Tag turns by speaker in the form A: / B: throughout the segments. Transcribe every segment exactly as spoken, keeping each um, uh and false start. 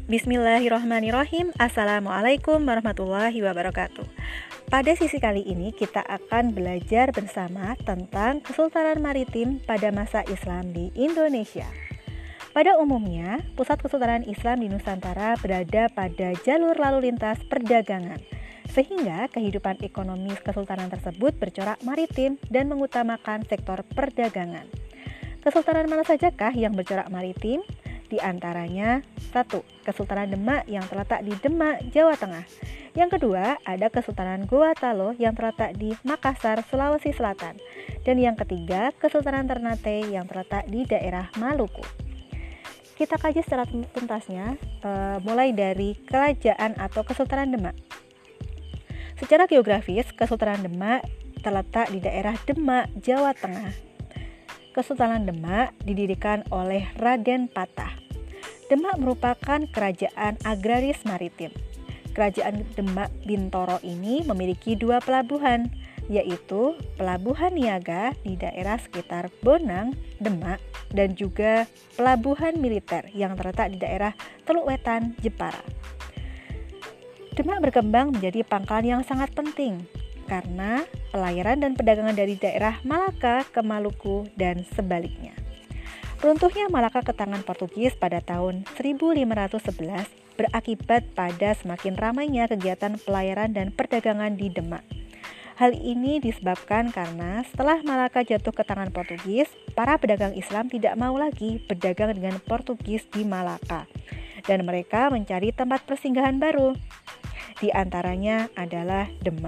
A: Bismillahirrahmanirrahim. Assalamualaikum warahmatullahi wabarakatuh. Pada sisi kali ini kita akan belajar bersama tentang Kesultanan Maritim pada masa Islam di Indonesia. Pada umumnya, pusat Kesultanan Islam di Nusantara berada pada jalur lalu lintas perdagangan, sehingga kehidupan ekonomi kesultanan tersebut bercorak maritim dan mengutamakan sektor perdagangan. Kesultanan mana sajakah yang bercorak maritim? Di antaranya, satu. Kesultanan Demak yang terletak di Demak, Jawa Tengah. Yang kedua, ada Kesultanan Gorontalo yang terletak di Makassar, Sulawesi Selatan. Dan yang ketiga, Kesultanan Ternate yang terletak di daerah Maluku. Kita kaji secara tuntasnya, e, mulai dari Kerajaan atau Kesultanan Demak. Secara geografis, Kesultanan Demak terletak di daerah Demak, Jawa Tengah. Kesultanan Demak didirikan oleh Raden Patah. Demak merupakan kerajaan agraris maritim. Kerajaan Demak Bintoro ini memiliki dua pelabuhan, yaitu Pelabuhan Niaga di daerah sekitar Bonang, Demak, dan juga pelabuhan militer yang terletak di daerah Teluk Wetan, Jepara. Demak berkembang menjadi pangkalan yang sangat penting karena pelayaran dan perdagangan dari daerah Malaka ke Maluku dan sebaliknya. Runtuhnya Malaka ke tangan Portugis pada tahun seribu lima ratus sebelas berakibat pada semakin ramainya kegiatan pelayaran dan perdagangan di Demak. Hal ini disebabkan karena setelah Malaka jatuh ke tangan Portugis, para pedagang Islam tidak mau lagi berdagang dengan Portugis di Malaka, dan mereka mencari tempat persinggahan baru. Di antaranya adalah Demak.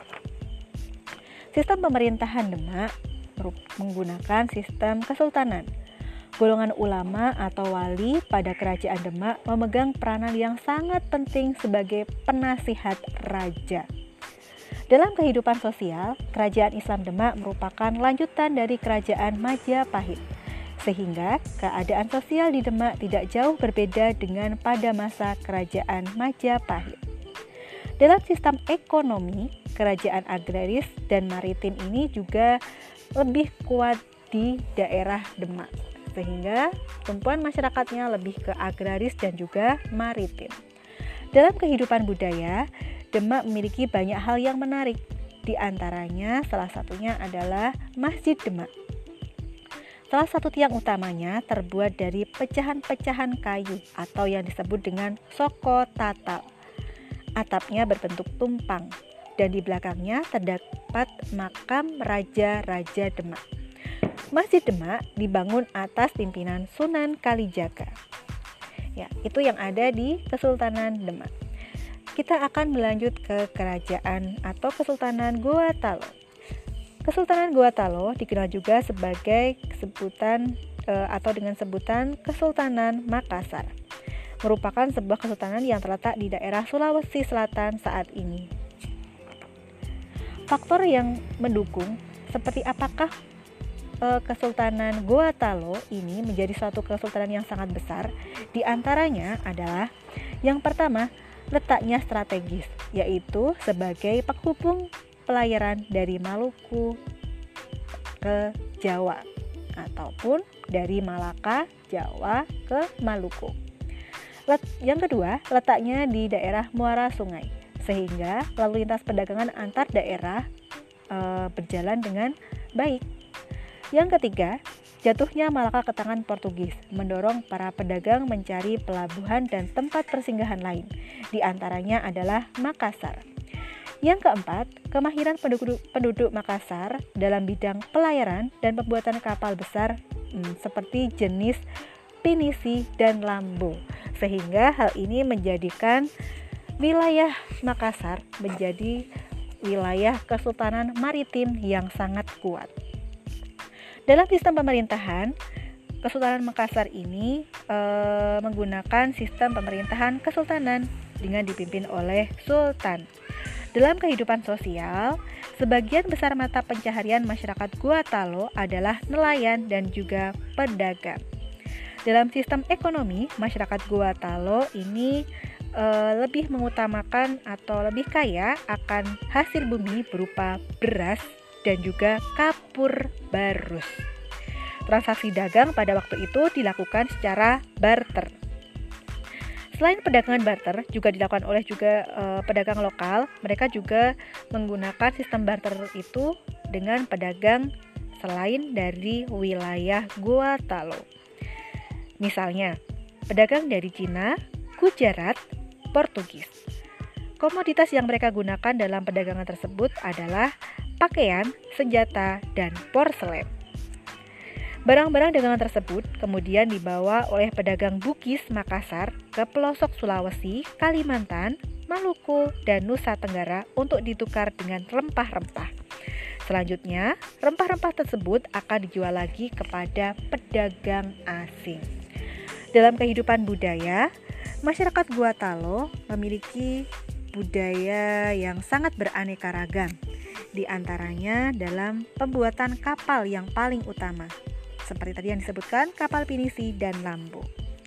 A: Sistem pemerintahan Demak menggunakan sistem kesultanan. Golongan ulama atau wali pada kerajaan Demak memegang peranan yang sangat penting sebagai penasihat raja. Dalam kehidupan sosial, kerajaan Islam Demak merupakan lanjutan dari kerajaan Majapahit, sehingga keadaan sosial di Demak tidak jauh berbeda dengan pada masa kerajaan Majapahit. Dalam sistem ekonomi, kerajaan agraris dan maritim ini juga lebih kuat di daerah Demak, sehingga tumpuan masyarakatnya lebih ke agraris dan juga maritim. Dalam kehidupan budaya, Demak memiliki banyak hal yang menarik. Di antaranya, salah satunya adalah Masjid Demak. Salah satu tiang utamanya terbuat dari pecahan-pecahan kayu atau yang disebut dengan soko tatal. Atapnya berbentuk tumpang dan di belakangnya terdapat makam Raja-Raja Demak. Masjid Demak dibangun atas pimpinan Sunan Kalijaga. Ya, itu yang ada di Kesultanan Demak. Kita akan melanjut ke kerajaan atau Kesultanan Gorontalo. Kesultanan Gorontalo dikenal juga sebagai sebutan e, atau dengan sebutan Kesultanan Makassar. Merupakan sebuah kesultanan yang terletak di daerah Sulawesi Selatan saat ini. Faktor yang mendukung seperti apakah e, Kesultanan Gorontalo ini menjadi suatu kesultanan yang sangat besar, di antaranya adalah yang pertama, letaknya strategis, yaitu sebagai penghubung pelayaran dari Maluku ke Jawa ataupun dari Malaka, Jawa ke Maluku. Let, yang kedua, letaknya di daerah muara sungai, sehingga lalu lintas perdagangan antar daerah e, berjalan dengan baik. Yang ketiga, jatuhnya Malaka ke tangan Portugis mendorong para pedagang mencari pelabuhan dan tempat persinggahan lain, di antaranya adalah Makassar. Yang keempat, kemahiran penduduk, penduduk Makassar dalam bidang pelayaran dan pembuatan kapal besar hmm, seperti jenis pinisi dan lambo, sehingga hal ini menjadikan wilayah Makassar menjadi wilayah kesultanan maritim yang sangat kuat. Dalam sistem pemerintahan, Kesultanan Makassar ini e, menggunakan sistem pemerintahan kesultanan dengan dipimpin oleh sultan. Dalam kehidupan sosial, sebagian besar mata pencaharian masyarakat Gorontalo adalah nelayan dan juga pedagang. Dalam sistem ekonomi, masyarakat Gorontalo ini e, lebih mengutamakan atau lebih kaya akan hasil bumi berupa beras dan juga kapur barus. Transaksi dagang pada waktu itu dilakukan secara barter. Selain perdagangan barter juga dilakukan oleh juga uh, pedagang lokal, mereka juga menggunakan sistem barter itu dengan pedagang selain dari wilayah Guatalo. Misalnya, pedagang dari Cina, Gujarat, Portugis. Komoditas yang mereka gunakan dalam perdagangan tersebut adalah pakaian, senjata, dan porselen. Barang-barang dagangan tersebut kemudian dibawa oleh pedagang Bugis Makassar ke pelosok Sulawesi, Kalimantan, Maluku, dan Nusa Tenggara untuk ditukar dengan rempah-rempah. Selanjutnya, rempah-rempah tersebut akan dijual lagi kepada pedagang asing. Dalam kehidupan budaya, masyarakat Guatalo memiliki budaya yang sangat beraneka ragam, di antaranya dalam pembuatan kapal yang paling utama, seperti tadi yang disebutkan, kapal pinisi dan lampu.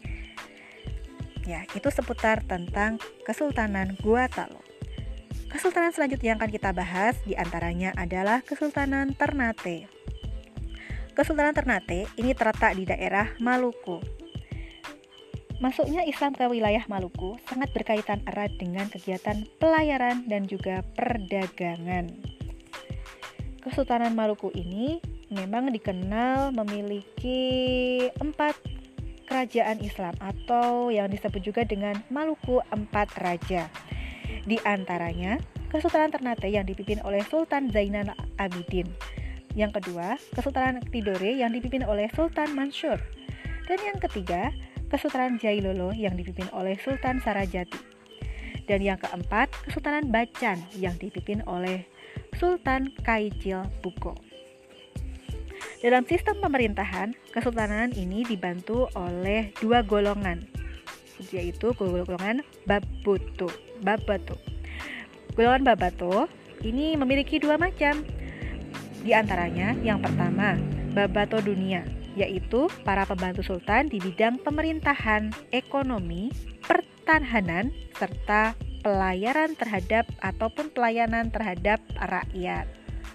A: Ya, itu seputar tentang Kesultanan Guatalo. Kesultanan selanjutnya yang akan kita bahas diantaranya adalah Kesultanan Ternate. Kesultanan Ternate ini terletak di daerah Maluku. Masuknya Islam ke wilayah Maluku sangat berkaitan erat dengan kegiatan pelayaran dan juga perdagangan. Kesultanan Maluku ini memang dikenal memiliki empat kerajaan Islam atau yang disebut juga dengan Maluku Empat Raja. Di antaranya, Kesultanan Ternate yang dipimpin oleh Sultan Zainal Abidin. Yang kedua, Kesultanan Tidore yang dipimpin oleh Sultan Mansur. Dan yang ketiga, Kesultanan Jailolo yang dipimpin oleh Sultan Sarajati. Dan yang keempat, Kesultanan Bacan yang dipimpin oleh Sultan Kaichil Buko. Dalam sistem pemerintahan, kesultanan ini dibantu oleh dua golongan, yaitu golongan Babato. Babato. Golongan Babato ini memiliki dua macam. Di antaranya, yang pertama, Babato Dunia, yaitu para pembantu sultan di bidang pemerintahan, ekonomi, pertahanan, serta pelayaran terhadap ataupun pelayanan terhadap rakyat.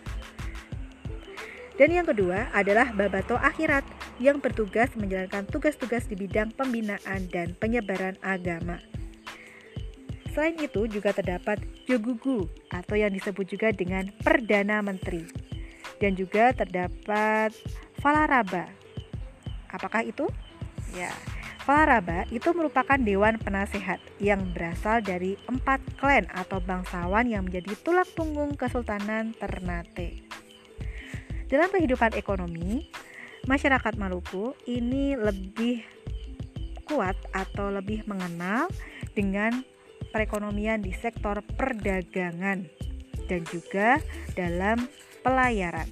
A: Dan yang kedua adalah Babato Akhirat yang bertugas menjalankan tugas-tugas di bidang pembinaan dan penyebaran agama. Selain itu juga terdapat Jogugu atau yang disebut juga dengan Perdana Menteri. Dan juga terdapat Falaraba. Apakah itu? Ya, Falaraba itu merupakan dewan penasehat yang berasal dari empat klan atau bangsawan yang menjadi tulang punggung Kesultanan Ternate. Dalam kehidupan ekonomi, masyarakat Maluku ini lebih kuat atau lebih mengenal dengan perekonomian di sektor perdagangan dan juga dalam pelayaran.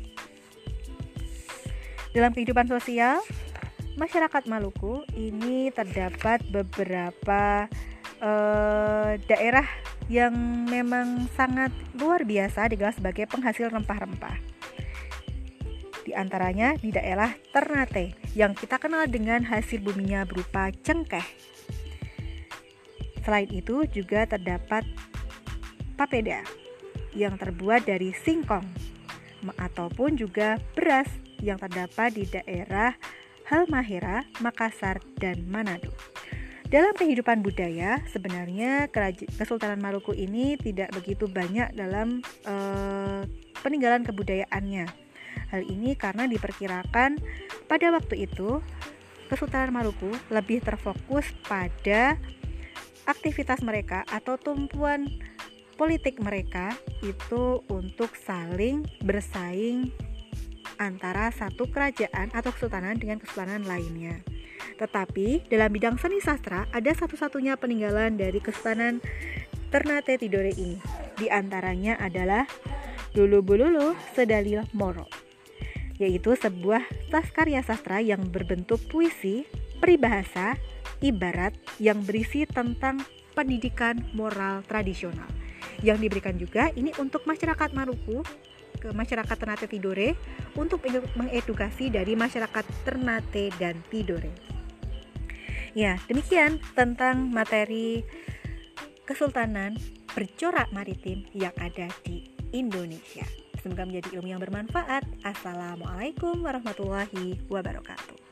A: Dalam kehidupan sosial, masyarakat Maluku ini terdapat beberapa eh, daerah yang memang sangat luar biasa dikenal sebagai penghasil rempah-rempah. Di antaranya di daerah Ternate yang kita kenal dengan hasil buminya berupa cengkeh. Selain itu juga terdapat papeda yang terbuat dari singkong ataupun juga beras yang terdapat di daerah Halmahera, Makassar, dan Manado. Dalam kehidupan budaya, sebenarnya Kesultanan Maluku ini tidak begitu banyak dalam uh, peninggalan kebudayaannya. Hal ini karena diperkirakan pada waktu itu Kesultanan Maluku lebih terfokus pada aktivitas mereka atau tumpuan politik mereka itu untuk saling bersaing antara satu kerajaan atau kesultanan dengan kesultanan lainnya. Tetapi dalam bidang seni sastra ada satu-satunya peninggalan dari Kesultanan Ternate Tidore ini. Di antaranya adalah Dulu Bululu Sedalil Moro, yaitu sebuah tas karya sastra yang berbentuk puisi, peribahasa, ibarat yang berisi tentang pendidikan moral tradisional. Yang diberikan juga ini untuk masyarakat Maluku, ke masyarakat Ternate Tidore, untuk mengedukasi dari masyarakat Ternate dan Tidore. Ya, demikian tentang materi Kesultanan bercorak maritim yang ada di Indonesia. Semoga menjadi ilmu yang bermanfaat. Assalamualaikum warahmatullahi wabarakatuh.